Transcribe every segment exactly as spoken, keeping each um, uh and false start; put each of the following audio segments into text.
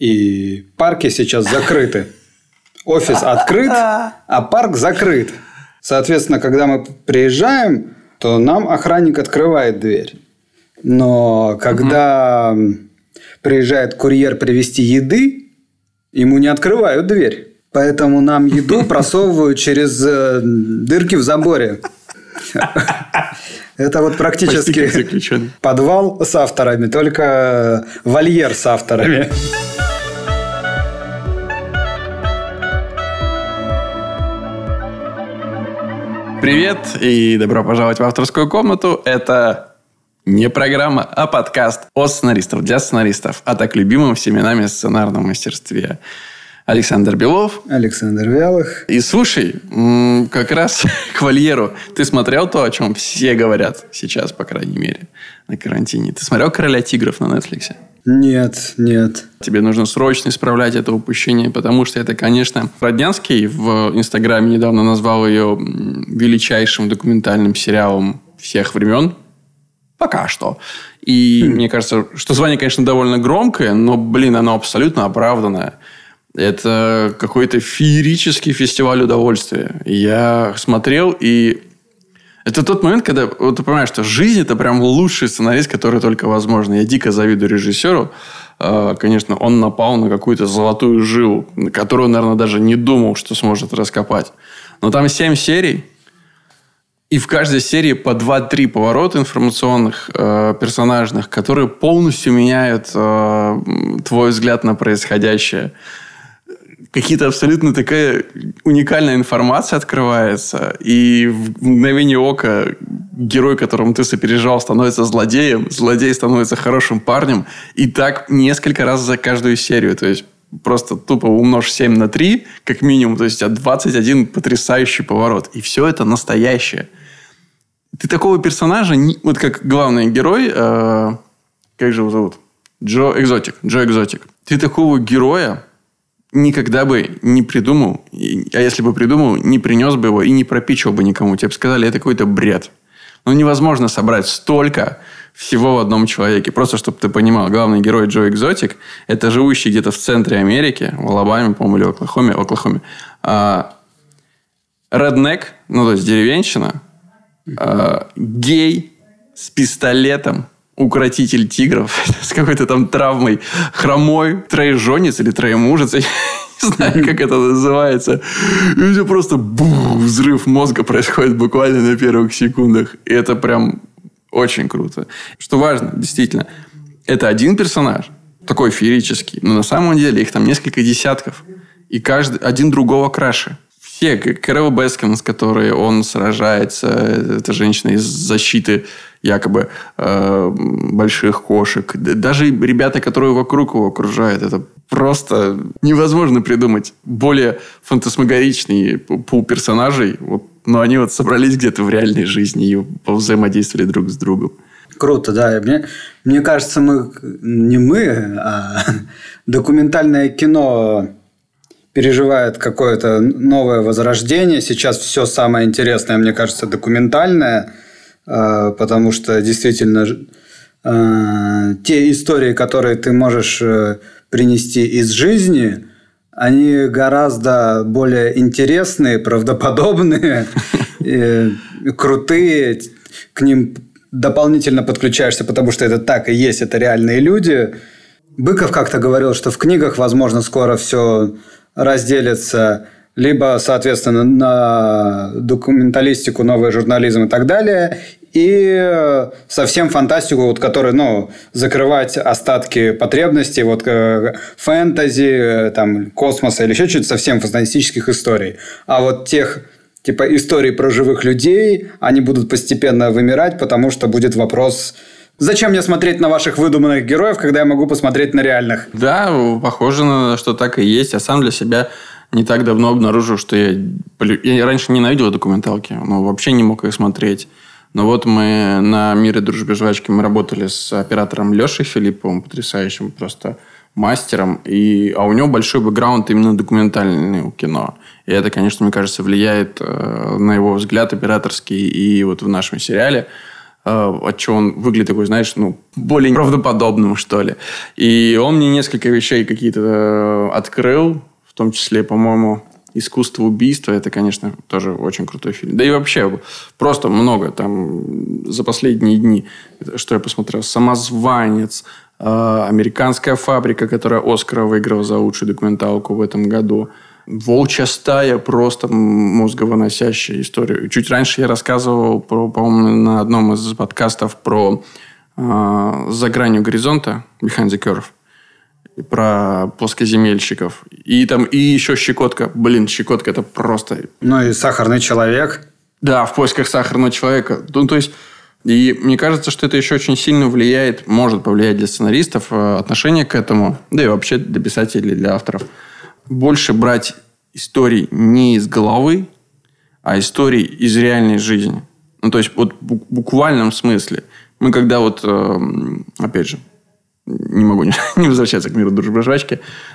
И парки сейчас закрыты. Офис открыт, а парк закрыт. Соответственно, когда мы приезжаем, то нам охранник открывает дверь. Но когда угу. приезжает курьер привезти еды, ему не открывают дверь. Поэтому нам еду просовывают через дырки в заборе. Это вот практически подвал с авторами, только вольер с авторами. Привет и добро пожаловать в авторскую комнату. Это не программа, а подкаст от сценаристов для сценаристов, а так любимым всеми нами сценарном мастерстве. Александр Белов. Александр Вялых. И слушай, как раз к вольеру. Ты смотрел то, о чем все говорят сейчас, по крайней мере, на карантине? Ты смотрел «Короля тигров» на Netflix? Нет, нет. Тебе нужно срочно исправлять это упущение, потому что это, конечно... Роднянский в Инстаграме недавно назвал ее величайшим документальным сериалом всех времен. Пока что. И хм. мне кажется, что звание, конечно, довольно громкое, но, блин, оно абсолютно оправданное. Это какой-то феерический фестиваль удовольствия. Я смотрел, и это тот момент, когда вот ты понимаешь, что жизнь – это прям лучший сценарист, который только возможно. Я дико завидую режиссеру. Конечно, он напал на какую-то золотую жилу, которую, наверное, даже не думал, что сможет раскопать. Но там семь серий, и в каждой серии по два-три поворота информационных, э, персонажных, которые полностью меняют э, твой взгляд на происходящее. Какие-то абсолютно такая уникальная информация открывается. И в мгновение ока герой, которому ты сопереживал, становится злодеем. Злодей становится хорошим парнем. И так несколько раз за каждую серию. То есть, просто тупо умножь семь на три, как минимум. То есть, двадцать один потрясающий поворот. И все это настоящее. Ты такого персонажа, вот как главный герой, э, как же его зовут? Джо Экзотик. Джо Экзотик. Ты такого героя никогда бы не придумал, а если бы придумал, не принес бы его и не пропичил бы никому. Тебе бы сказали, это какой-то бред. Ну, невозможно собрать столько всего в одном человеке. Просто, чтобы ты понимал, главный герой Джо Экзотик – это живущий где-то в центре Америки, в Алабаме, по-моему, или в Оклахоме, в Оклахоме. А, реднек, ну, то есть деревенщина, а, гей с пистолетом, укротитель тигров с какой-то там травмой, хромой, троеженец или троемужец, я не знаю, как это называется. И у тебя просто бух, взрыв мозга происходит буквально на первых секундах. И это прям очень круто. Что важно, действительно, это один персонаж, такой феерический, но на самом деле их там несколько десятков. И каждый один другого краше. Все, Кэрол Баскин, с которой он сражается, это женщина из защиты якобы э, больших кошек. Даже ребята, которые вокруг его окружают, это просто невозможно придумать более фантасмагоричный пул персонажей. Вот, но они вот собрались где-то в реальной жизни и повзаимодействовали друг с другом. Круто, да. Мне, мне кажется, мы не мы, а документальное кино переживает какое-то новое возрождение. Сейчас все самое интересное, мне кажется, документальное, потому что действительно те истории, которые ты можешь принести из жизни, они гораздо более интересные, правдоподобные, крутые. К ним дополнительно подключаешься, потому что это так и есть, это реальные люди. Быков как-то говорил, что в книгах, возможно, скоро все разделится либо, соответственно, на документалистику, новый журнализм и так далее, и совсем фантастику, вот, которая, ну, закрывать остатки потребностей, вот, фэнтези, там, космоса или еще что-то, совсем фантастических историй. А вот тех, типа, историй про живых людей, они будут постепенно вымирать, потому что будет вопрос... Зачем мне смотреть на ваших выдуманных героев, когда я могу посмотреть на реальных? Да, похоже на что так и есть. Я сам для себя не так давно обнаружил, что я... Я раньше ненавидел документалки, но вообще не мог их смотреть. Но вот мы на «Мире, дружбе, жвачке» мы работали с оператором Лешей Филипповым, потрясающим просто мастером. И... А у него большой бэкграунд именно документального кино. И это, конечно, мне кажется, влияет на его взгляд операторский и вот в нашем сериале. от чего он выглядит такой, знаешь, ну, более правдоподобным, что ли. И он мне несколько вещей какие-то открыл, в том числе, по-моему, «Искусство убийства». Это, конечно, тоже очень крутой фильм. Да и вообще, просто много. Там за последние дни, что я посмотрел, «Самозванец», «Американская фабрика», которая Оскара выиграла за лучшую документалку в этом году. «Волчья стая», просто мозговыносящая история. Чуть раньше я рассказывал, про, по-моему, на одном из подкастов про э, «За гранью горизонта», «Behind the Curve», про плоскоземельщиков. И там и еще «Щекотка». Блин, «Щекотка» — это просто... Ну и «Сахарный человек». Да, «В поисках сахарного человека». Ну, то есть... И мне кажется, что это еще очень сильно влияет, может повлиять для сценаристов отношение к этому, да и вообще для писателей, для авторов. Больше брать истории не из головы, а истории из реальной жизни. Ну, то есть, вот в буквальном смысле. Мы когда вот, опять же, не могу не возвращаться к «Миру, дружбе, жвачке»,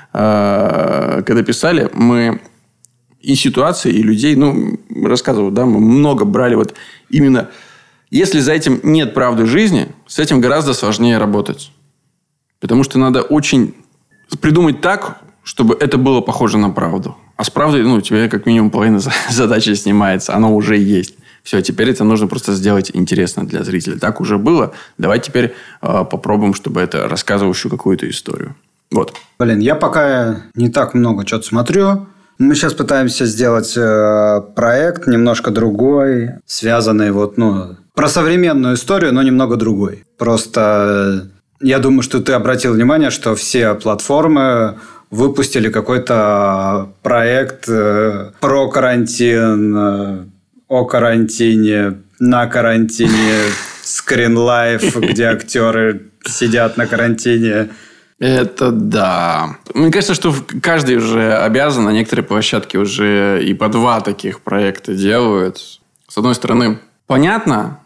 когда писали, мы и ситуации, и людей, ну, рассказывал, да, мы много брали вот именно... Если за этим нет правды жизни, с этим гораздо сложнее работать. Потому что надо очень придумать так, чтобы это было похоже на правду. А с правдой, ну, у тебя как минимум половина задачи снимается. Оно уже есть. Все, теперь это нужно просто сделать интересно для зрителя. Так уже было. Давай теперь э, попробуем, чтобы это рассказывающую какую-то историю. Вот. Блин, я пока не так много что-то смотрю. Мы сейчас пытаемся сделать э, проект немножко другой, связанный вот, ну, про современную историю, но немного другой. Просто э, я думаю, что ты обратил внимание, что все платформы выпустили какой-то проект э, про карантин, э, о карантине, на карантине, скринлайф, где актеры сидят на карантине. Это да. Мне кажется, что каждый уже обязан, а некоторые площадки уже и по два таких проекта делают. С одной стороны, понятно,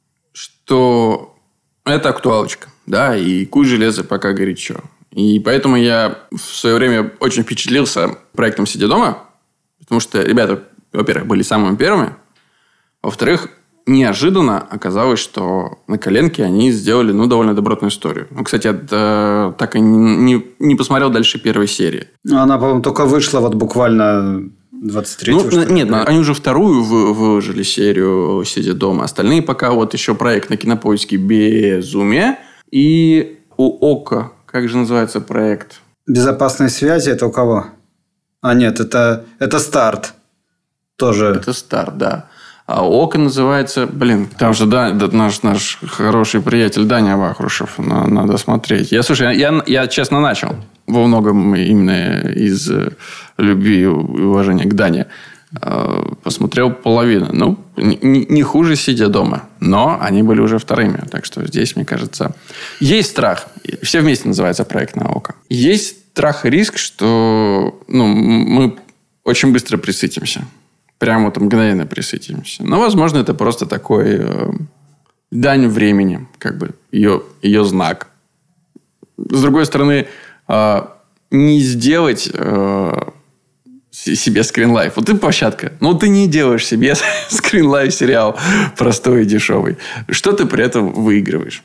что это актуалочка, да, и куй железо пока горячо. И поэтому я в свое время очень впечатлился проектом «Сидя дома», потому что ребята, во-первых, были самыми первыми, во-вторых, неожиданно оказалось, что на коленке они сделали, ну, довольно добротную историю. Ну, кстати, я так и не, не, не посмотрел дальше первой серии. Она, по-моему, только вышла вот буквально двадцать третьего. Ну, нет, да? Они уже вторую выложили серию «Сидя дома». Остальные пока вот еще проект на Кинопоиске «Безумие». И у ОККО, как же называется проект? «Безопасные связи» – это у кого? А, нет, это, это «Старт». Тоже. Это «Старт», да. А ОКО называется... Блин, там же да, наш, наш хороший приятель Даня Вахрушев. Надо смотреть. Я, слушай, я, я честно начал. Во многом именно из любви и уважения к Дане. Посмотрел половину. Ну, не, не хуже «Сидя дома». Но они были уже вторыми. Так что здесь, мне кажется... Есть страх. Все вместе называется проект на ОКО. Есть страх и риск, что ну, мы очень быстро присытимся. Прямо вот мгновенно присытимся. Но, возможно, это просто такой э, дань времени. Как бы ее, ее знак. С другой стороны, э, не сделать э, себе скринлайф. Вот ты площадка. Но ты не делаешь себе скринлайф сериал простой и дешевый. Что ты при этом выигрываешь?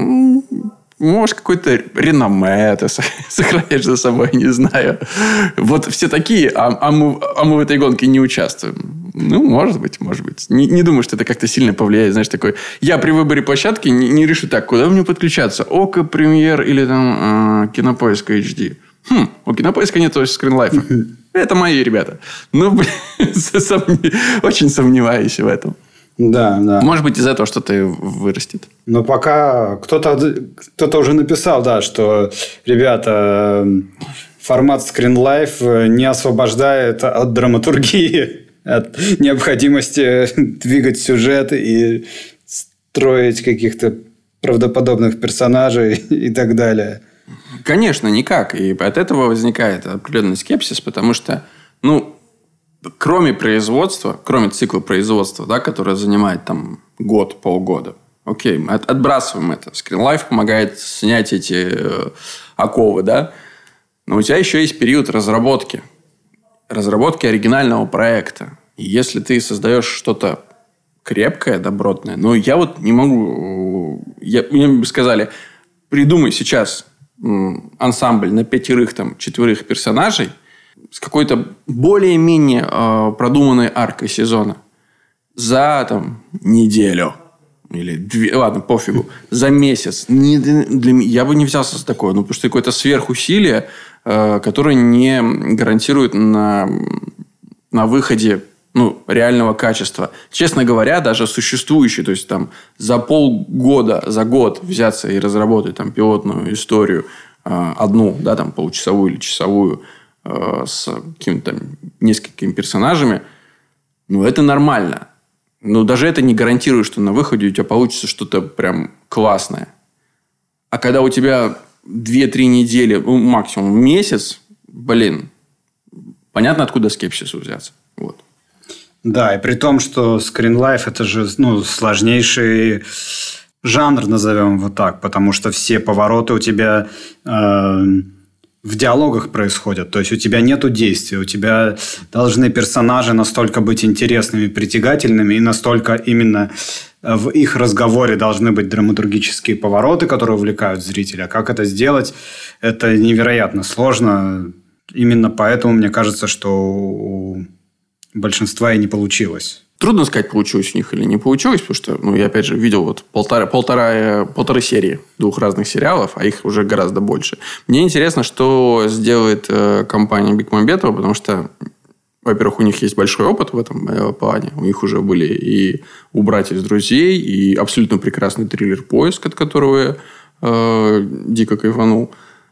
Может, какое-то реноме ты сохраняешь за собой, не знаю. Вот все такие, а, а, мы, а мы в этой гонке не участвуем. Ну, может быть, может быть. Не, не думаю, что это как-то сильно повлияет. Знаешь, такой... Я при выборе площадки не, не решу так, куда мне подключаться. ОКО, Премьер или там э, Кинопоиск эйч ди. Хм, у Кинопоиска нет скринлайфа. Это мои ребята. Ну, блин, очень сомневаюсь в этом. Да, да. Может быть, из этого что-то вырастет. Но пока кто-то, кто-то уже написал, да, что, ребята, формат скринлайф не освобождает от драматургии, от необходимости двигать сюжет и строить каких-то правдоподобных персонажей и так далее. Конечно, никак. И от этого возникает определенный скепсис, потому что, ну, кроме производства, кроме цикла производства, да, которое занимает там год, полгода, окей, мы отбрасываем это. Скринлайф помогает снять эти э, оковы, да. Но у тебя еще есть период разработки. Разработки оригинального проекта. И если ты создаешь что-то крепкая, добротная. Но я вот не могу... Я, мне бы сказали, придумай сейчас ансамбль на пятерых, там, четверых персонажей с какой-то более-менее э, продуманной аркой сезона за там, неделю. Или две... Ладно, пофигу. За месяц. Не для... Я бы не взялся за такое. Ну, потому что какое-то сверхусилие, э, которое не гарантирует на, на выходе ну, реального качества. Честно говоря, даже существующий, то есть там за полгода, за год взяться и разработать там пилотную историю э, одну, да, там получасовую или часовую э, с какими-то там несколькими персонажами, ну, это нормально. Но даже это не гарантирует, что на выходе у тебя получится что-то прям классное. А когда у тебя две-три недели, ну, максимум месяц, блин, понятно, откуда скепсис взяться. Вот. Да, и при том, что Screen Life это же ну, сложнейший жанр, назовем его так, потому что все повороты у тебя э, в диалогах происходят. То есть у тебя нету действия, у тебя должны персонажи настолько быть интересными, притягательными, и настолько именно в их разговоре должны быть драматургические повороты, которые увлекают зрителя. Как это сделать, это невероятно сложно. Именно поэтому мне кажется, что у большинства и не получилось. Трудно сказать, получилось у них или не получилось, потому что, ну, я, опять же, видел вот полтора, полтора, полторы серии двух разных сериалов, а их уже гораздо больше. Мне интересно, что сделает э, компания Бекмамбетова, потому что, во-первых, у них есть большой опыт в этом э, плане. У них уже были и «У братьев с друзей», и абсолютно прекрасный триллер «Поиск», от которого я э, дико кайфанул.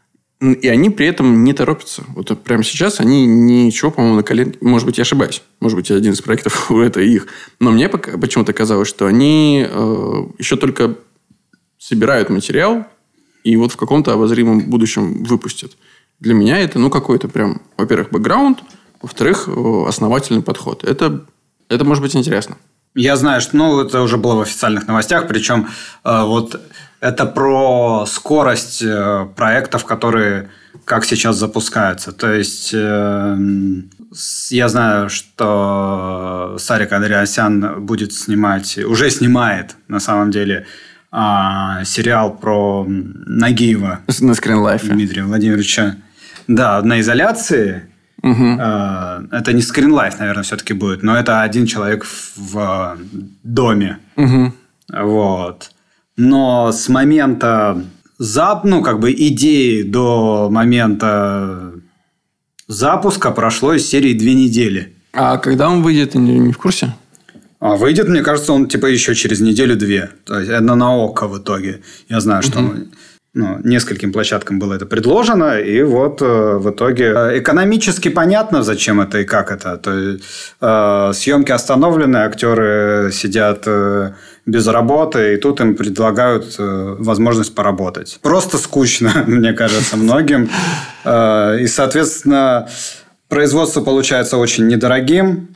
И они при этом не торопятся. Вот прямо сейчас они ничего, по-моему, на коленке... Может быть, я ошибаюсь. Может быть, один из проектов это их. Но мне почему-то казалось, что они э, еще только собирают материал и вот в каком-то обозримом будущем выпустят. Для меня это, ну, какой-то прям, во-первых, бэкграунд, во-вторых, основательный подход. Это, это может быть интересно. Я знаю, что ну, это уже было в официальных новостях, причем э, вот это про скорость э, проектов, которые как сейчас запускаются. То есть э, я знаю, что Сарик Андреасян будет снимать, уже снимает на самом деле э, сериал про Нагиева. На Screen Life. Дмитрия Владимировича. Да, на изоляции. Угу. Это не Screen Life, наверное, все-таки будет, но это один человек в доме. Угу. Вот. Но с момента зап... ну, как бы идеи до момента запуска прошло из серии две недели. А когда он выйдет, не, не в курсе? А выйдет, мне кажется, он типа еще через неделю-две. То есть это на ОККО в итоге. Я знаю, что угу. ну, нескольким площадкам было это предложено, и вот э, в итоге экономически понятно, зачем это и как это. То есть, э, съемки остановлены, актеры сидят э, без работы, и тут им предлагают э, возможность поработать. Просто скучно, мне кажется, многим. Э, и, соответственно, производство получается очень недорогим,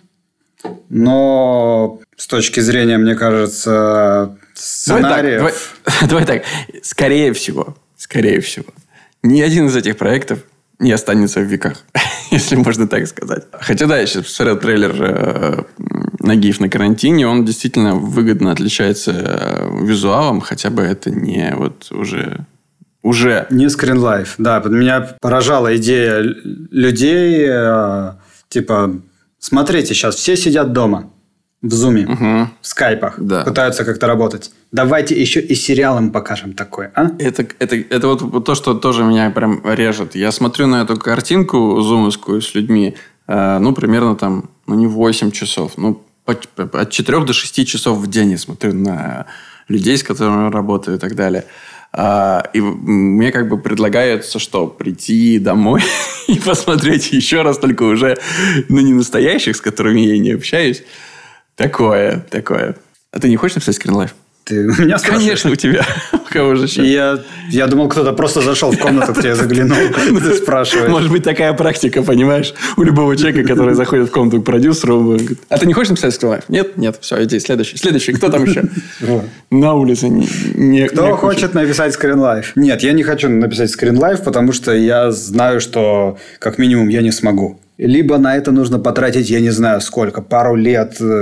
но с точки зрения, мне кажется... сценариев. Давай так, давай, давай так. Скорее всего, скорее всего, ни один из этих проектов не останется в веках, если можно так сказать. Хотя, да, я сейчас посмотрел трейлер э, «Нагиев на карантине». Он действительно выгодно отличается э, визуалом, хотя бы это не вот уже... уже... Не Screen Life, да. Меня поражала идея людей, э, типа, смотрите, сейчас все сидят дома. В зуме, угу. в скайпах, да. пытаются как-то работать. Давайте еще и сериал им покажем такой, а? Это, это, это вот, вот то, что тоже меня прям режет. Я смотрю на эту картинку зумовскую с людьми, э, ну, примерно там, ну, не восемь часов, ну, по, по, от четырёх до шести часов в день я смотрю на людей, с которыми я работаю и так далее. А, и мне как бы предлагается, что прийти домой и посмотреть еще раз, только уже, ну, не настоящих, с которыми я не общаюсь. Такое, такое. А ты не хочешь написать Screen Life? Ты меня спрашиваешь? Конечно, у тебя. У кого же еще? Я, я думал, кто-то просто зашел в комнату, к тебе заглянул. Ты спрашиваешь. Может быть, такая практика, понимаешь? У любого человека, который заходит в комнату к продюсеру. Говорит, а ты не хочешь написать Screen Life? Нет? Нет. Все, иди. Следующий. Следующий. Кто там еще? На улице. Не, Кто не хочет написать Screen Life? Нет, я не хочу написать Screen Life, потому что я знаю, что как минимум я не смогу. Либо на это нужно потратить, я не знаю сколько, пару лет...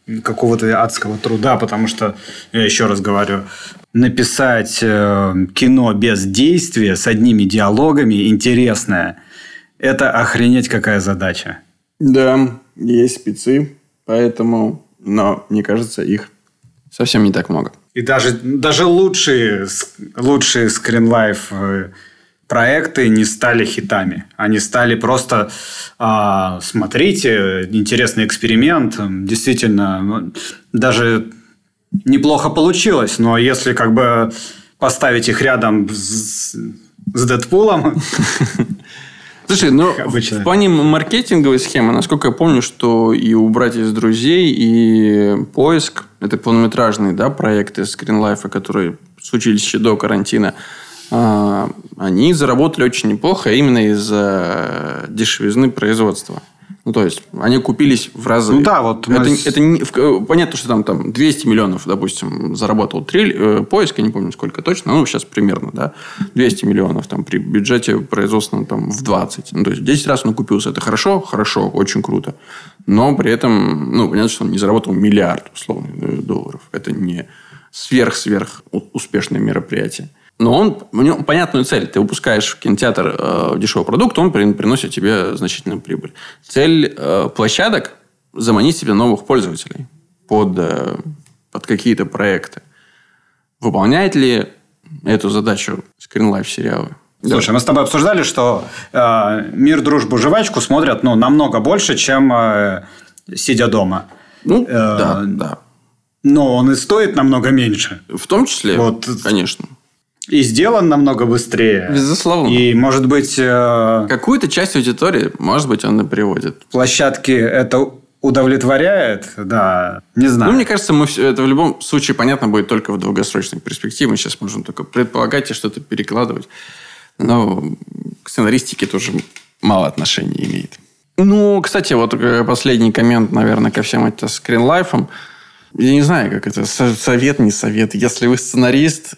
какого-то адского труда, потому что, я еще раз говорю, написать э, кино без действия, с одними диалогами, интересное, это охренеть какая задача. Да, есть спецы, поэтому, но, мне кажется, их совсем не так много. И даже, даже лучшие, лучшие скринлайф проекты не стали хитами. Они стали просто, а, смотрите, интересный эксперимент. Действительно, даже неплохо получилось. Но если как бы поставить их рядом с, с Дэдпулом... Слушай, ну, в плане маркетинговой схемы, насколько я помню, что и у «Братьев из друзей», и «Поиск» — это полнометражные, да, проекты скринлайфа, которые случились еще до карантина, они заработали очень неплохо именно из-за дешевизны производства. Ну, то есть, они купились в разы. Ну, да, вот... Это, мы... это не, понятно, что там, там двести миллионов, допустим, заработал триль, э, поиск, я не помню, сколько точно, ну, сейчас примерно, да, двести миллионов там, при бюджете производственном там, в двадцать. Ну, то есть, десять раз он окупился. Это хорошо? Хорошо, очень круто. Но при этом, ну, понятно, что он не заработал миллиард, условно, долларов. Это не сверх-сверх успешное мероприятие. Но он, у него понятную цель. Ты выпускаешь в кинотеатр э, дешевый продукт, он при, приносит тебе значительную прибыль. Цель э, площадок – заманить себе новых пользователей под, э, под какие-то проекты. Выполняет ли эту задачу скринлайф-сериалы? Слушай, да. Мы с тобой обсуждали, что э, «Мир, дружбу, жвачку» смотрят ну, намного больше, чем э, «Сидя дома». Ну, э, да, да. Но он и стоит намного меньше. В том числе, вот, конечно. И сделан намного быстрее. Безусловно. И, может быть... Э... Какую-то часть аудитории, может быть, он и приводит. Площадки это удовлетворяет? Да, не знаю. Ну, мне кажется, мы все, это в любом случае понятно будет только в долгосрочной перспективе. Мы сейчас можем только предполагать и что-то перекладывать. Но к сценаристике тоже мало отношения имеет. Ну, кстати, вот последний коммент, наверное, ко всем этим скринлайфам. Я не знаю, как это, совет, не совет. Если вы сценарист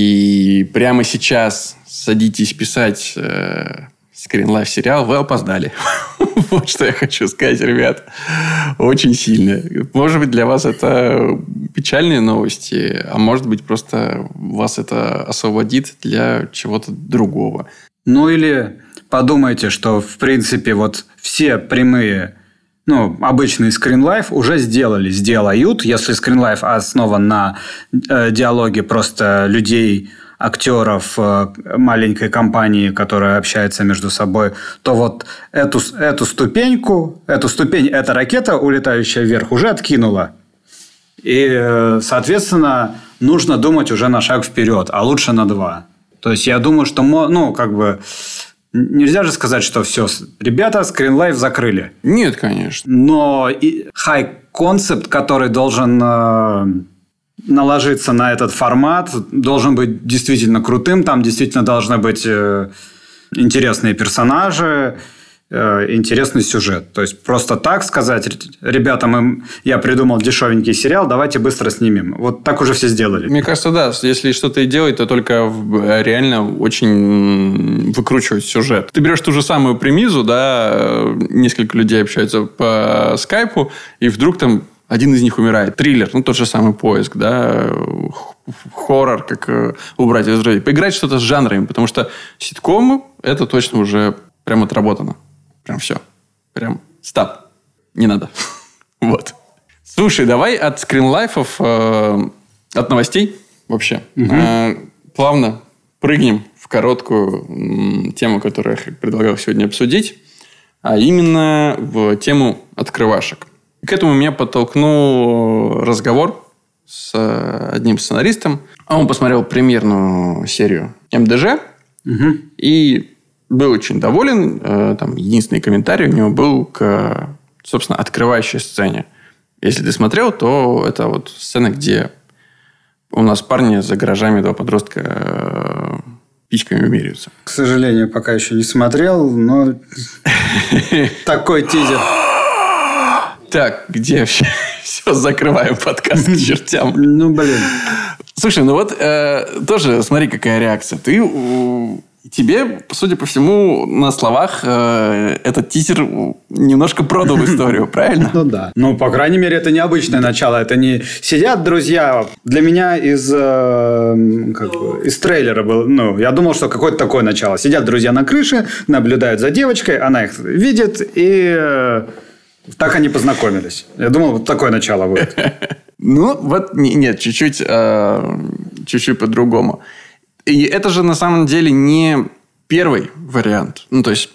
и прямо сейчас садитесь писать э, скринлайф-сериал, вы опоздали. Вот что я хочу сказать, ребят. Очень сильно. Может быть, для вас это печальные новости, а может быть, просто вас это освободит для чего-то другого. Ну, или подумайте, что, в принципе, вот все прямые... Ну, обычный скринлайф уже сделали, сделают. Если скринлайф основан на э, диалоге просто людей, актеров э, маленькой компании, которая общается между собой, то вот эту, эту ступеньку, эту ступень, эта ракета, улетающая вверх, уже откинула. И, э, соответственно, нужно думать уже на шаг вперед, а лучше на два. То есть, я думаю, что, ну, как бы... Нельзя же сказать, что все, ребята, скринлайф закрыли. Нет, конечно. Но хай-концепт, который должен э, наложиться на этот формат, должен быть действительно крутым. Там действительно должны быть э, интересные персонажи, э, интересный сюжет. То есть, просто так сказать, ребята, мы, я придумал дешевенький сериал, давайте быстро снимем. Вот так уже все сделали. Мне кажется, да. Если что-то и делать, то только реально очень выкручивать сюжет. Ты берешь ту же самую премизу, да, несколько людей общаются по скайпу, и вдруг там один из них умирает. Триллер, ну, тот же самый «Поиск», да, хоррор, как у «Братьев из друзей». Поиграть что-то с жанрами, потому что ситкомы – это точно уже прям отработано. Прям все. Прям стоп. Не надо. Вот. Слушай, давай от скринлайфов, э, от новостей вообще, угу. э, плавно прыгнем в короткую м, тему, которую я предлагал сегодня обсудить, а именно в тему открывашек. К этому меня подтолкнул разговор с одним сценаристом. Он посмотрел премьерную серию эм дэ жэ угу. и был очень доволен. Там единственный комментарий у него был к, собственно, открывающей сцене. Если ты смотрел, то это вот сцена, где у нас парни за гаражами два подростка письками меряются. К сожалению, пока еще не смотрел, но такой тизер. Так, где вообще? Все, закрываем подкаст к чертям. Ну, блин. Слушай, ну вот тоже смотри, какая реакция. Ты... Тебе, судя по всему, на словах э, этот тизер немножко продал историю, правильно? Ну да. Ну, по крайней мере, это необычное начало. Это не сидят друзья. Для меня из, э, как бы, из трейлера было... Ну, я думал, что какое-то такое начало. Сидят друзья на крыше, наблюдают за девочкой, она их видит, и э, так они познакомились. Я думал, вот такое начало будет. Ну, вот нет, чуть-чуть, чуть-чуть по-другому. И это же на самом деле не первый вариант. Ну, то есть,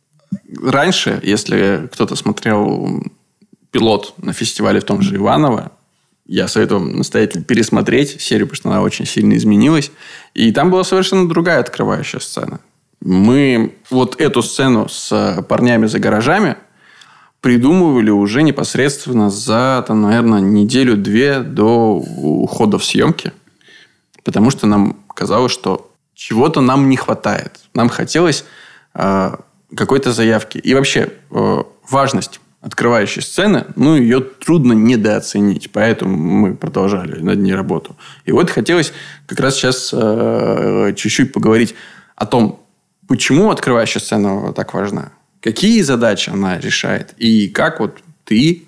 раньше, если кто-то смотрел пилот на фестивале в том же Иваново, я советую вам настоятельно пересмотреть серию, потому что она очень сильно изменилась. И там была совершенно другая открывающая сцена. Мы вот эту сцену с парнями за гаражами придумывали уже непосредственно за, там, наверное, неделю-две до ухода в съемки. Потому что нам казалось, что чего-то нам не хватает. Нам хотелось э, какой-то заявки. И вообще э, важность открывающей сцены, ну, ее трудно недооценить. Поэтому мы продолжали над ней работу. И вот хотелось как раз сейчас э, чуть-чуть поговорить о том, почему открывающая сцена так важна. Какие задачи она решает. И как вот ты,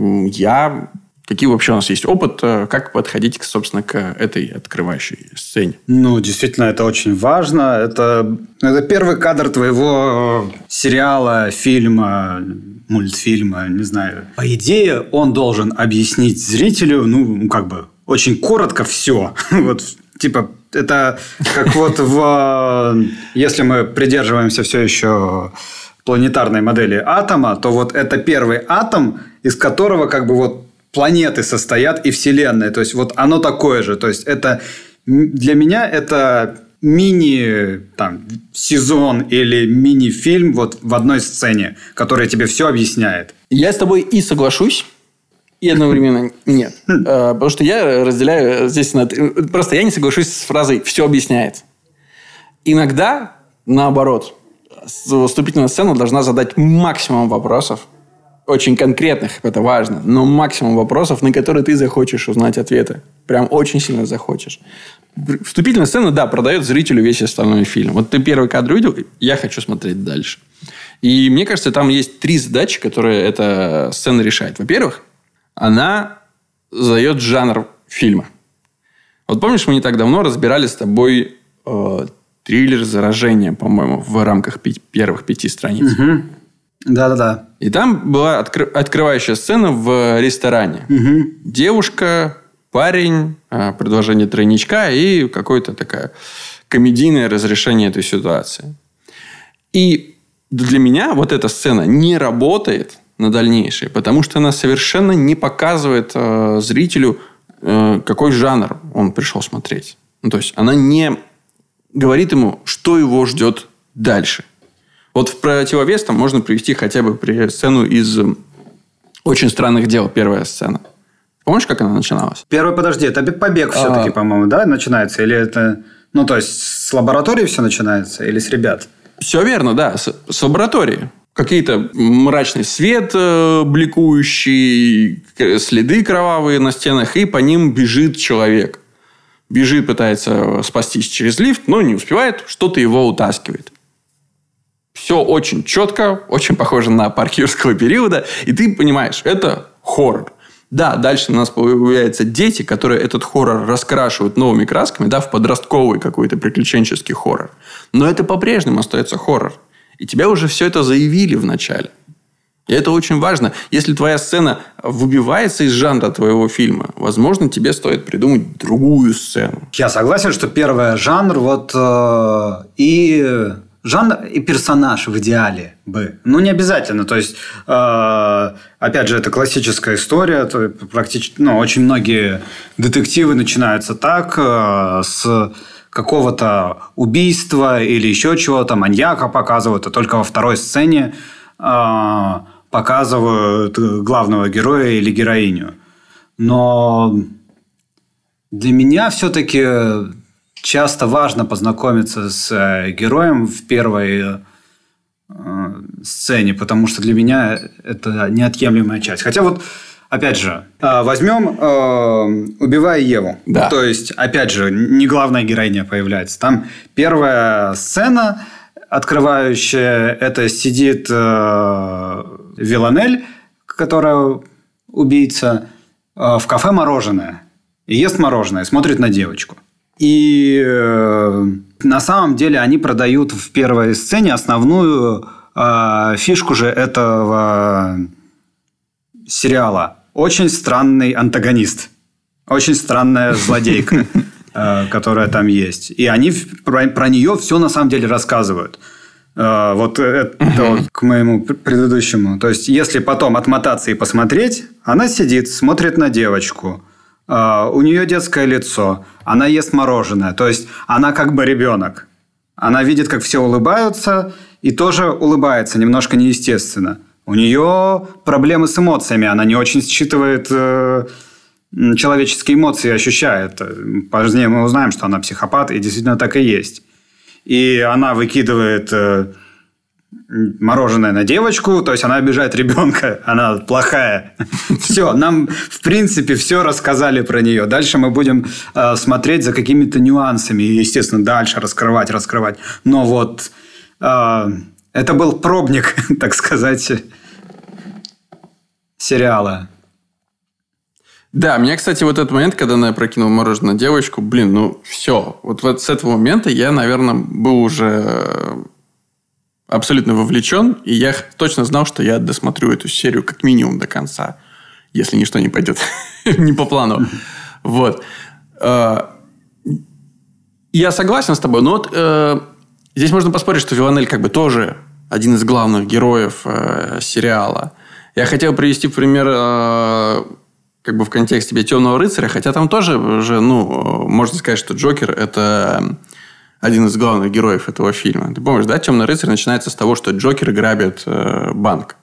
я... Какие вообще у нас есть опыт, как подходить, собственно, к этой открывающей сцене? Ну, действительно, это очень важно. Это, это первый кадр твоего сериала, фильма, мультфильма, не знаю. По идее, он должен объяснить зрителю, ну, как бы, очень коротко все. Вот, типа, это как вот в... Если мы придерживаемся все еще планетарной модели атома, то вот это первый атом, из которого как бы вот планеты состоят и Вселенная. То есть, вот оно такое же. То есть, это для меня это мини там, сезон или мини-фильм вот в одной сцене, которая тебе все объясняет. Я с тобой и соглашусь, и одновременно нет. Потому что я разделяю здесь... Просто я не соглашусь с фразой «все объясняет». Иногда, наоборот, вступительная сцена должна задать максимум вопросов, очень конкретных, это важно, но максимум вопросов, на которые ты захочешь узнать ответы. Прям очень сильно захочешь. Вступительная сцена, да, продает зрителю весь остальной фильм. Вот ты первый кадр увидел, я хочу смотреть дальше. И мне кажется, там есть три задачи, которые эта сцена решает. Во-первых, она задает жанр фильма. Вот помнишь, мы не так давно разбирали с тобой э, триллер «Заражение», по-моему, в рамках пяти, первых пяти страниц. Угу. Да-да-да. И там была откры- открывающая сцена в ресторане. Угу. Девушка, парень, предложение тройничка и какое-то такое комедийное разрешение этой ситуации. И для меня вот эта сцена не работает на дальнейшее, потому что она совершенно не показывает э, зрителю, э, какой жанр он пришел смотреть. Ну, то есть, она не говорит ему, что его ждет дальше. Вот в противовес там можно привести хотя бы сцену из «Очень странных дел», первая сцена. Помнишь, как она начиналась? Первый, подожди, это побег все-таки, а... по-моему, да, начинается? Или это... Ну, то есть, с лаборатории все начинается? Или с ребят? Все верно, да. С, с лаборатории. Какие-то мрачный свет э, бликующий, следы кровавые на стенах, и по ним бежит человек. Бежит, пытается спастись через лифт, но не успевает, что-то его утаскивает. Все очень четко, очень похоже на парк юрского периода. И ты понимаешь, это хоррор. Да, дальше у нас появляются дети, которые этот хоррор раскрашивают новыми красками, да, в подростковый какой-то приключенческий хоррор. Но это по-прежнему остается хоррор. И тебя уже все это заявили в начале. И это очень важно. Если твоя сцена выбивается из жанра твоего фильма, возможно, тебе стоит придумать другую сцену. Я согласен, что первый жанр вот э, и... Жанр и персонаж в идеале бы. Ну, не обязательно. То есть, э, опять же, это классическая история. То практически, ну, очень многие детективы начинаются так, э, с какого-то убийства или еще чего-то. Маньяка показывают, а только во второй сцене э, показывают главного героя или героиню. Но для меня все-таки... часто важно познакомиться с героем в первой э, сцене, потому что для меня это неотъемлемая часть. Хотя вот опять же, возьмем э, «Убивая Еву». Да. То есть, опять же, не главная героиня появляется. Там первая сцена, открывающая, это сидит э, Виланель, которая убийца, э, в кафе мороженое. И ест мороженое, смотрит на девочку. И э, на самом деле они продают в первой сцене основную э, фишку же этого сериала. Очень странный антагонист. Очень странная злодейка, э, которая там есть. И они про, про нее все на самом деле рассказывают. Э, вот это вот к моему предыдущему. То есть, если потом отмотаться и посмотреть, она сидит, смотрит на девочку. Uh, у нее детское лицо, она ест мороженое, то есть она как бы ребенок. Она видит, как все улыбаются, и тоже улыбается немножко неестественно. У нее проблемы с эмоциями, она не очень считывает э, человеческие эмоции, ощущает. Позднее мы узнаем, что она психопат, и действительно так и есть. И она выкидывает э, мороженое на девочку, то есть она обижает ребенка, она плохая. Все, нам в принципе все рассказали про нее. Дальше мы будем э, смотреть за какими-то нюансами и, естественно, дальше раскрывать, раскрывать. Но вот э, это был пробник, так сказать, сериала. Да, мне, кстати, вот этот момент, когда она прокинула мороженое на девочку, блин, ну все. Вот, вот с этого момента я, наверное, был уже абсолютно вовлечен, и я точно знал, что я досмотрю эту серию как минимум до конца, если ничто не пойдет не по плану. Вот. Я согласен с тобой, но вот э, здесь можно поспорить, что Виланель как бы тоже один из главных героев э, сериала. Я хотел привести пример э, как бы в контексте тебе «Темного рыцаря», хотя там тоже уже, ну, можно сказать, что Джокер – это один из главных героев этого фильма. Ты помнишь, да? «Темный рыцарь» начинается с того, что Джокер грабит э, банк.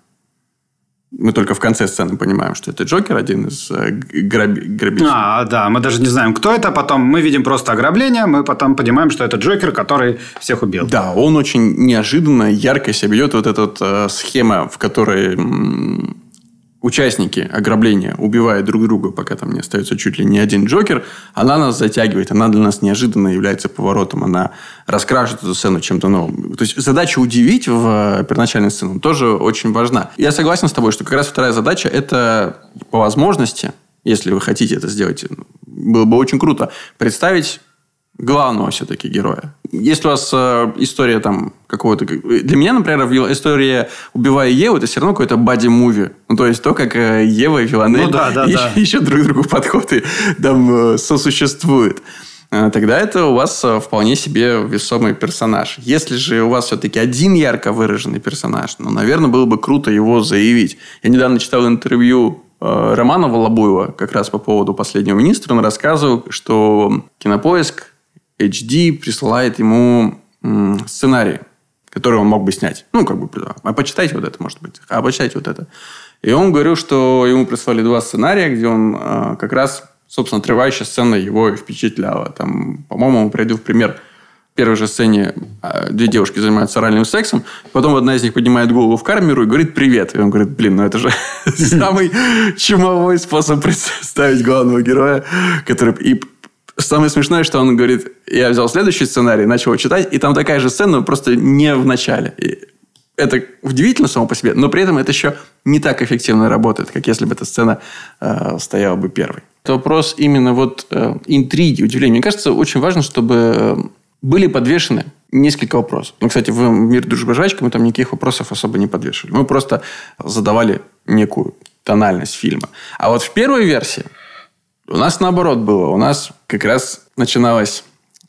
Мы только в конце сцены понимаем, что это Джокер, один из э, граби- грабителей. А, да, мы даже не знаем, кто это. Потом мы видим просто ограбление, мы потом понимаем, что это Джокер, который всех убил. Да, он очень неожиданно, ярко себя ведет. Вот эта вот, э, схема, в которой м- участники ограбления убивают друг друга, пока там не остается чуть ли не один Джокер, она нас затягивает, она для нас неожиданно является поворотом, она раскрашивает эту сцену чем-то новым. То есть задача удивить в первоначальной сцене тоже очень важна. Я согласен с тобой, что как раз вторая задача – это по возможности, если вы хотите это сделать, было бы очень круто, представить главного все-таки героя. Если у вас э, история там какого-то... Для меня, например, история «Убивая Еву» это все равно какой-то бади-муви. Ну, то есть, то, как э, Ева и Виланель ну, да, да, ищут, да. ищут друг другу подход и там э, сосуществуют. Э, тогда это у вас э, вполне себе весомый персонаж. Если же у вас все-таки один ярко выраженный персонаж, ну, наверное, было бы круто его заявить. Я недавно читал интервью э, Романа Волобуева как раз по поводу «Последнего министра». Он рассказывал, что Кинопоиск эйч ди присылает ему м, сценарий, который он мог бы снять. Ну, как бы, а почитайте вот это, может быть. А почитайте вот это. И он говорил, что ему прислали два сценария, где он э, как раз, собственно, отрывающая сцена его впечатляла. Там, по-моему, он приводил в пример в первой же сцене э, две девушки занимаются оральным сексом, потом одна из них поднимает голову в камеру и говорит «привет». И он говорит, блин, ну это же самый чумовой способ представить главного героя, который... и самое смешное, что он говорит, я взял следующий сценарий, начал его читать, и там такая же сцена, просто не в начале. И это удивительно само по себе, но при этом это еще не так эффективно работает, как если бы эта сцена э, стояла бы первой. Это вопрос именно вот э, интриги, удивления. Мне кажется, очень важно, чтобы были подвешены несколько вопросов. Ну, кстати, в «Мир, дружба, жвачка» мы там никаких вопросов особо не подвешивали. Мы просто задавали некую тональность фильма. А вот в первой версии у нас наоборот было. У нас как раз начиналось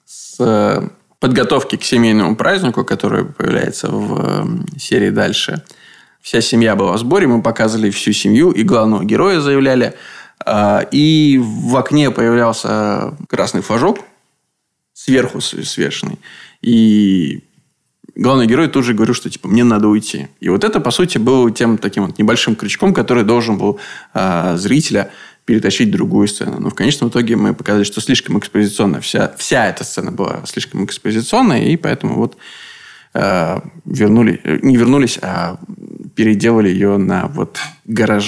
с подготовки к семейному празднику, который появляется в серии дальше. Вся семья была в сборе. Мы показывали всю семью и главного героя заявляли. И в окне появлялся красный флажок сверху свешенный. И главный герой тут же говорил, что типа мне надо уйти. И вот это, по сути, было тем таким вот небольшим крючком, который должен был зрителя перетащить в другую сцену. Но в конечном итоге мы показали, что слишком экспозиционная. Вся, вся эта сцена была слишком экспозиционная, и поэтому вот э, вернули, не вернулись, а переделали ее на вот гаражи.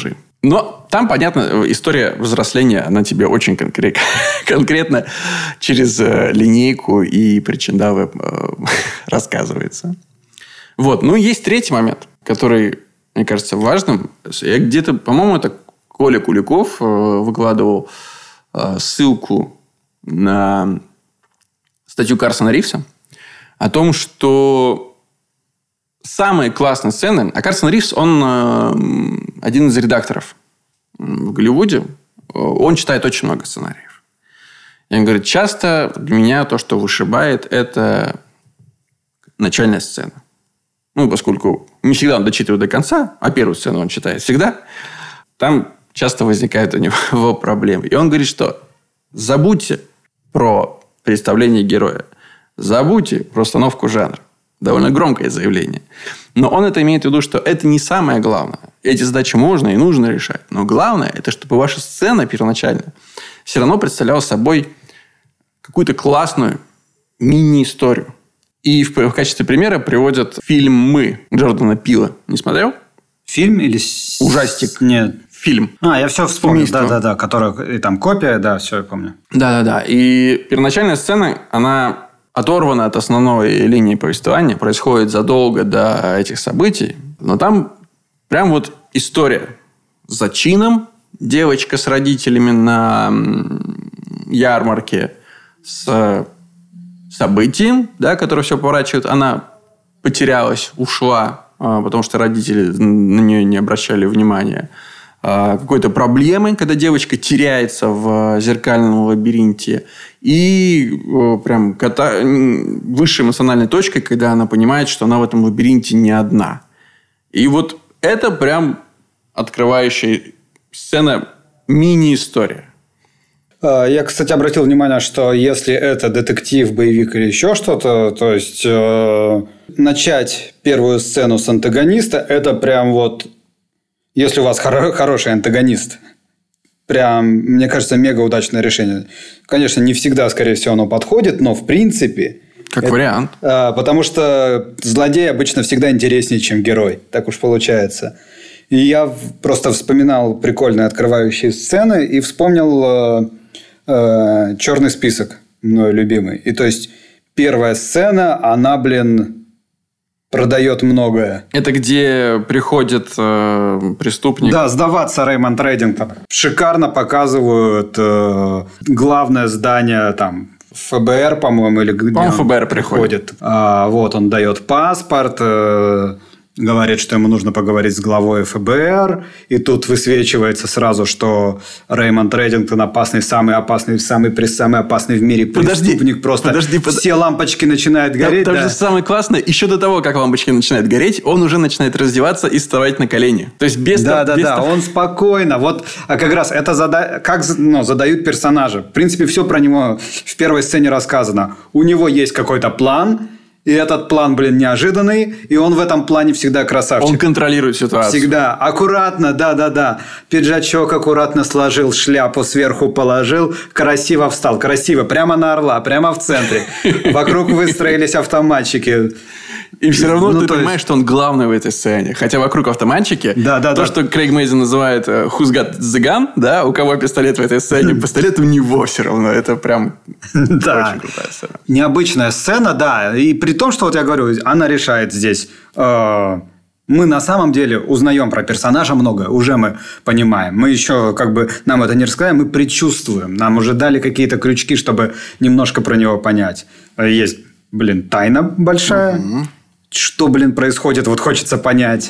Но там, понятно, история взросления, она тебе очень конкрет... конкретно через линейку и причиндалы рассказывается. Вот. Ну, есть третий момент, который, мне кажется, важным. Я где-то, по-моему, это Коля Куликов выкладывал ссылку на статью Карсона Ривза о том, что самые классные сцены... А Карсон Ривз, он один из редакторов в Голливуде. Он читает очень много сценариев. И он говорит, часто для меня то, что вышибает, это начальная сцена. Ну, поскольку не всегда он дочитывает до конца, а первую сцену он читает всегда, там часто возникают у него проблемы. И он говорит, что забудьте про представление героя. Забудьте про установку жанра. Довольно громкое заявление. Но он это имеет в виду, что это не самое главное. Эти задачи можно и нужно решать. Но главное, это чтобы ваша сцена первоначально все равно представляла собой какую-то классную мини-историю. И в, в качестве примера приводят фильм «Мы» Джордана Пила. Не смотрел? Фильм или... Ужастик. Нет. Фильм. А, я все вспомнил. Да-да-да. Которая... И там копия, да, все я помню. Да-да-да. И первоначальная сцена, она... оторвана от основной линии повествования, происходит задолго до этих событий. Но там прям вот история с зачином. Девочка с родителями на ярмарке с событием, да, которое все поворачивает. Она потерялась, ушла, потому что родители на нее не обращали внимания. Какой-то проблемы, когда девочка теряется в зеркальном лабиринте. И прям кота... высшей эмоциональной точкой, когда она понимает, что она в этом лабиринте не одна. И вот это прям открывающая сцена, мини-история. Я, кстати, обратил внимание, что если это детектив, боевик или еще что-то, то есть э, начать первую сцену с антагониста, это прям вот... Если у вас хоро- хороший антагонист, прям, мне кажется, мега удачное решение. Конечно, не всегда, скорее всего, оно подходит, но в принципе... Как это, вариант. А, потому что злодей обычно всегда интереснее, чем герой. Так уж получается. И я просто вспоминал прикольные открывающие сцены и вспомнил э, э, «Черный список», мой любимый. И то есть первая сцена, она, блин... продает многое. Это где приходит э, преступник. Да, сдаваться Рэймонд Реддингтон. Шикарно показывают э, главное здание там эф бэ эр, по-моему, или где по-моему, он эф бэ эр приходит. приходит. А, вот он дает паспорт, э, говорит, что ему нужно поговорить с главой эф бэ эр, и тут высвечивается сразу, что Рэймонд Реддингтон опасный, самый опасный, самый, самый опасный в мире преступник. Подожди, просто подожди, все под... лампочки начинают гореть. Там, да. там же самое классное, еще до того, как лампочки начинают гореть, он уже начинает раздеваться и вставать на колени. То есть без Да, того, да, без да, того... он спокойно. Вот, а как раз это зада... как ну, задают персонажа. В принципе, все про него в первой сцене рассказано. У него есть какой-то план. И этот план, блин, неожиданный. И он в этом плане всегда красавчик. Он контролирует ситуацию. Всегда. Аккуратно, да-да-да. Пиджачок аккуратно сложил, шляпу сверху положил. Красиво встал. Красиво. Прямо на орла. Прямо в центре. Вокруг выстроились автоматчики. И все равно ну, ты то понимаешь, есть... что он главный в этой сцене. Хотя вокруг автоматчики. Да, да, то, да. что Крейг Мейзен называет «Who's got the gun», да, у кого пистолет в этой сцене, пистолет у него все равно. Это прям да. очень крутая сцена. Необычная сцена, да. И при том, что вот я говорю, она решает здесь... Э- мы на самом деле узнаем про персонажа многое. Уже мы понимаем. Мы еще как бы... Нам это не рассказали, мы предчувствуем. Нам уже дали какие-то крючки, чтобы немножко про него понять. Есть, блин, тайна большая. Угу. Что, блин, происходит, вот хочется понять.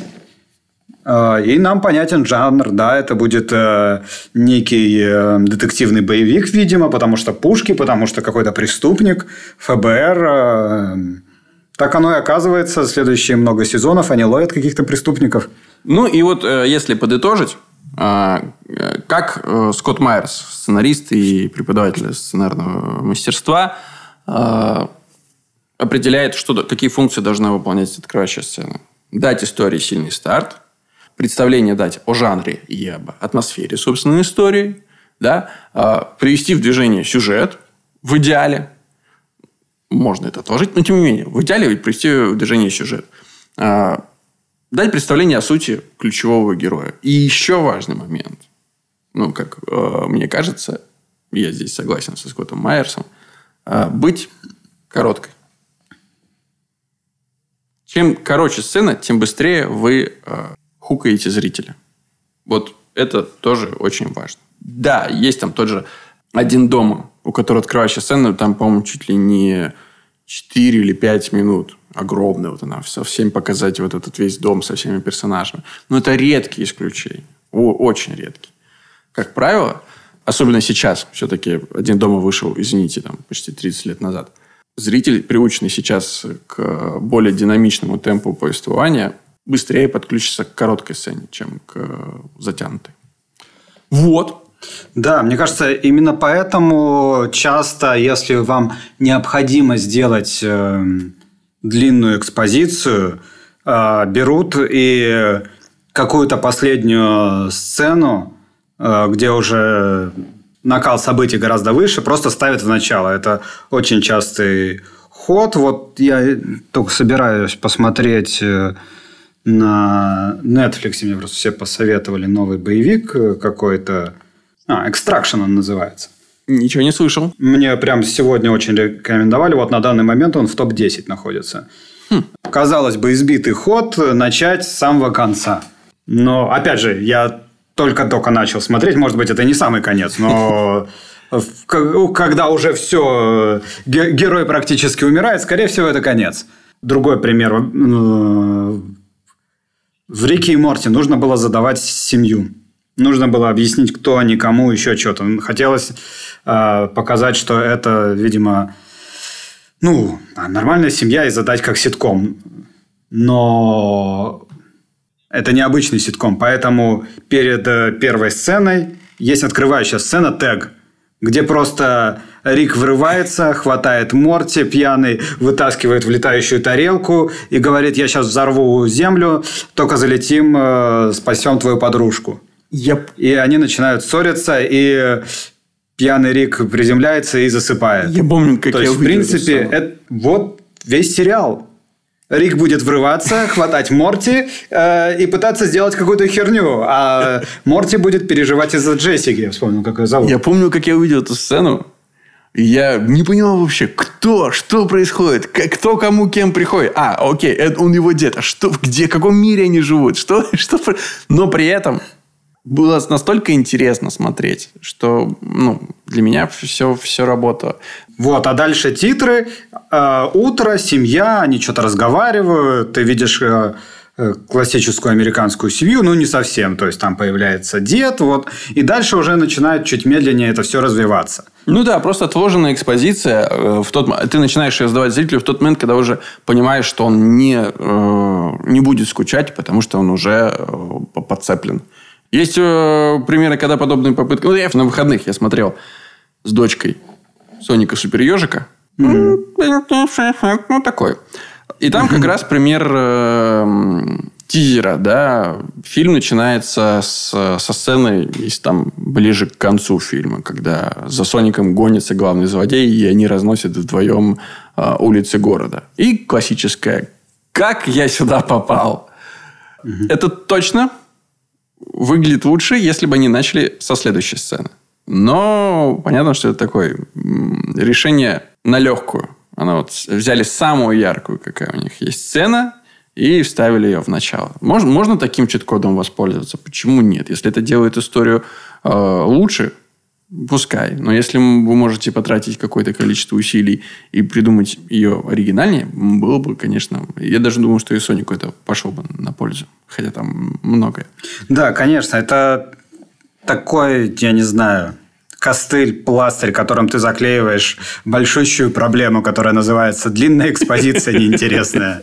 И нам понятен жанр, да, это будет э, некий э, детективный боевик, видимо, потому что пушки, потому что какой-то преступник, эф бэ эр. Э, так оно и оказывается. Следующие много сезонов они ловят каких-то преступников. Ну, и вот э, если подытожить, э, как э, Скотт Майерс, сценарист и преподаватель сценарного мастерства, э, определяет, что, какие функции должна выполнять открывающая сцена. Дать истории сильный старт. Представление дать о жанре и об атмосфере собственной истории. Да? Привести в движение сюжет. В идеале. Можно это отложить, но тем не менее. В идеале привести в движение сюжет. дать представление о сути ключевого героя. И еще важный момент. Ну, как э, мне кажется, я здесь согласен со Скоттом Майерсом, э, быть короткой. Чем короче сцена, тем быстрее вы э, хукаете зрителя. Вот это тоже очень важно. Да, есть там тот же «Один дома», у которого открывающая сцена, там, по-моему, чуть ли не четыре или пять минут. Огромная вот она. Со всем показать вот этот весь дом со всеми персонажами. Но это редкие исключения. О, очень редкие. Как правило, особенно сейчас, все-таки «Один дома» вышел, извините, там, почти тридцать лет назад. Зритель, приученный сейчас к более динамичному темпу повествования, быстрее подключится к короткой сцене, чем к затянутой. Вот. Да, мне кажется, именно поэтому часто, если вам необходимо сделать э, длинную экспозицию, э, берут и какую-то последнюю сцену, э, где уже накал событий гораздо выше, просто ставят в начало. Это очень частый ход. Вот я только собираюсь посмотреть на Netflix, мне просто все посоветовали новый боевик какой-то. А, Extraction он называется. Ничего не слышал. Мне прям сегодня очень рекомендовали. Вот на данный момент он в топ десять находится. Хм. Казалось бы, избитый ход начать с самого конца. Но, опять же, я только-только начал смотреть. Может быть, это не самый конец, но когда уже все, герой практически умирает, скорее всего, это конец. Другой пример. В «Рике и Морти» нужно было задавать семью. Нужно было объяснить, кто они, кому, еще что-то. Хотелось э, показать, что это, видимо, ну, нормальная семья и задать как ситком. Но это не обычный ситком. Поэтому перед э, первой сценой есть открывающая сцена «Тег», где просто Рик врывается, хватает Морти пьяный, вытаскивает в летающую тарелку и говорит: я сейчас взорву землю, только залетим, э, спасем твою подружку. Yep. И они начинают ссориться, и пьяный Рик приземляется и засыпает. Я помню, как То я есть, в принципе, это, вот весь сериал. Рик будет врываться, хватать Морти э, и пытаться сделать какую-то херню. А Морти будет переживать из-за Джессики. Я вспомнил, как ее зовут. Я помню, как я увидел эту сцену. Я не понимал вообще, кто, что происходит, кто кому кем приходит. А, окей, это он его дед. А что, где, в каком мире они живут? Что, что... Но при этом было настолько интересно смотреть, что ну, для меня все, все работало. Вот, а дальше титры. Э, утро, семья, они что-то разговаривают. Ты видишь э, э, классическую американскую семью. Ну, не совсем. То есть, там появляется дед. Вот, и дальше уже начинает чуть медленнее это все развиваться. Ну да, просто отложенная экспозиция. Э, в тот, ты начинаешь ее сдавать зрителю в тот момент, когда уже понимаешь, что он не, э, не будет скучать, потому что он уже э, подцеплен. Есть э, примеры, когда подобные попытки... Ну, я на выходных я смотрел с дочкой Соника Супер Ежика. Mm-hmm. Ну, такой. И там как раз пример э, тизера, да. Фильм начинается с, со сцены, если там ближе к концу фильма, когда за Соником гонится главный злодей, и они разносят вдвоем э, улицы города. И классическая «Как я сюда попал?» Mm-hmm. Это точно выглядит лучше, если бы они начали со следующей сцены. Но понятно, что это такое решение на легкую. Она вот взяли самую яркую, какая у них есть сцена, и вставили ее в начало. Можно, можно таким чит-кодом воспользоваться? Почему нет? Если это делает историю э, лучше, пускай. Но если вы можете потратить какое-то количество усилий и придумать ее оригинальнее, было бы, конечно... Я даже думаю, что и Сонику это пошло бы на пользу. Хотя там многое. Да, конечно. Это такой, я не знаю, костыль, пластырь, которым ты заклеиваешь большущую проблему, которая называется длинная экспозиция неинтересная.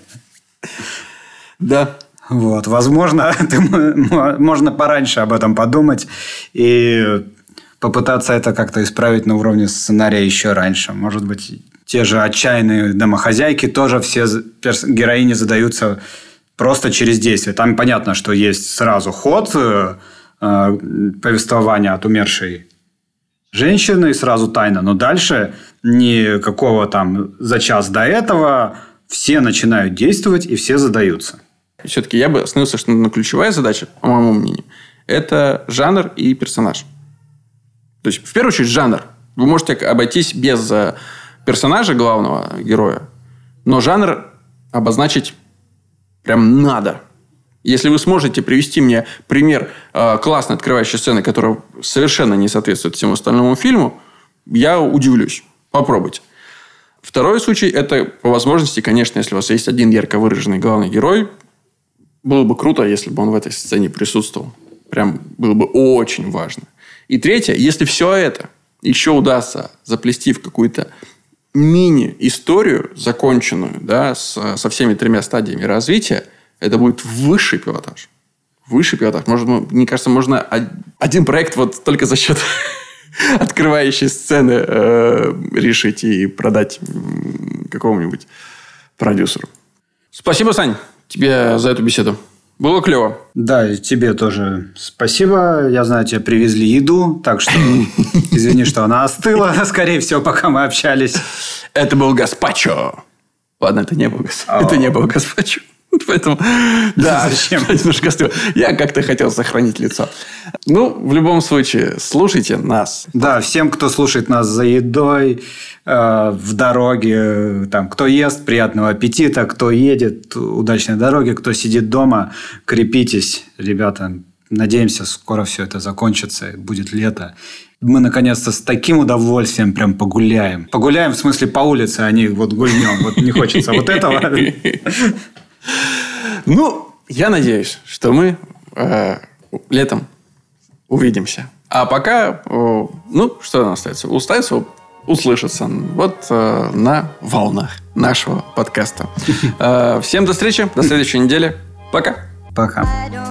Да. Вот. Возможно, можно пораньше об этом подумать и попытаться это как-то исправить на уровне сценария еще раньше. Может быть, те же отчаянные домохозяйки тоже все героини задаются просто через действие. Там понятно, что есть сразу ход э, повествования от умершей женщины, и сразу тайна. Но дальше никакого там за час до этого все начинают действовать, и все задаются. все-таки я бы остановился, что на ключевая задача, по моему мнению, это жанр и персонаж. То есть, в первую очередь, жанр. Вы можете обойтись без персонажа главного героя, но жанр обозначить прям надо. Если вы сможете привести мне пример э, классной открывающей сцены, которая совершенно не соответствует всему остальному фильму, я удивлюсь. Попробуйте. Второй случай – это по возможности, конечно, если у вас есть один ярко выраженный главный герой, было бы круто, если бы он в этой сцене присутствовал. Прям было бы очень важно. И третье, если все это еще удастся заплести в какую-то мини-историю законченную, да, с, со всеми тремя стадиями развития, это будет высший пилотаж. Высший пилотаж. Может, мне кажется, можно один проект вот только за счет открывающей сцены э, решить и продать какому-нибудь продюсеру. Спасибо, Сань, тебе за эту беседу. Было клево. Да, и тебе тоже спасибо. Я знаю, тебе привезли еду, так что извини, что она остыла, скорее всего, пока мы общались. Это был гаспачо. Ладно, это не был гаспачо. Это не был гаспачо. Поэтому, да, зачем? Немножко остыло. Я как-то хотел сохранить лицо. Ну, в любом случае, слушайте нас. Да, всем, кто слушает нас за едой, э, в дороге, там, кто ест, приятного аппетита, кто едет, удачной дороги, кто сидит дома, крепитесь, ребята. Надеемся, скоро все это закончится, будет лето. Мы, наконец-то, с таким удовольствием прям погуляем. Погуляем, в смысле, по улице, а не вот гульнем. Вот не хочется вот этого. Ну, я надеюсь, что мы э, летом увидимся. А пока, э, ну, что нам остается? Остается услышаться вот э, на волнах нашего подкаста. Э, всем до встречи, до следующей недели. Пока. Пока.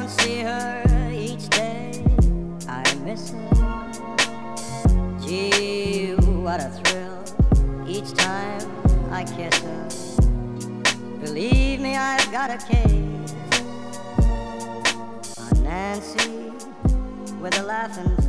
I've got a case on Nancy with a laughing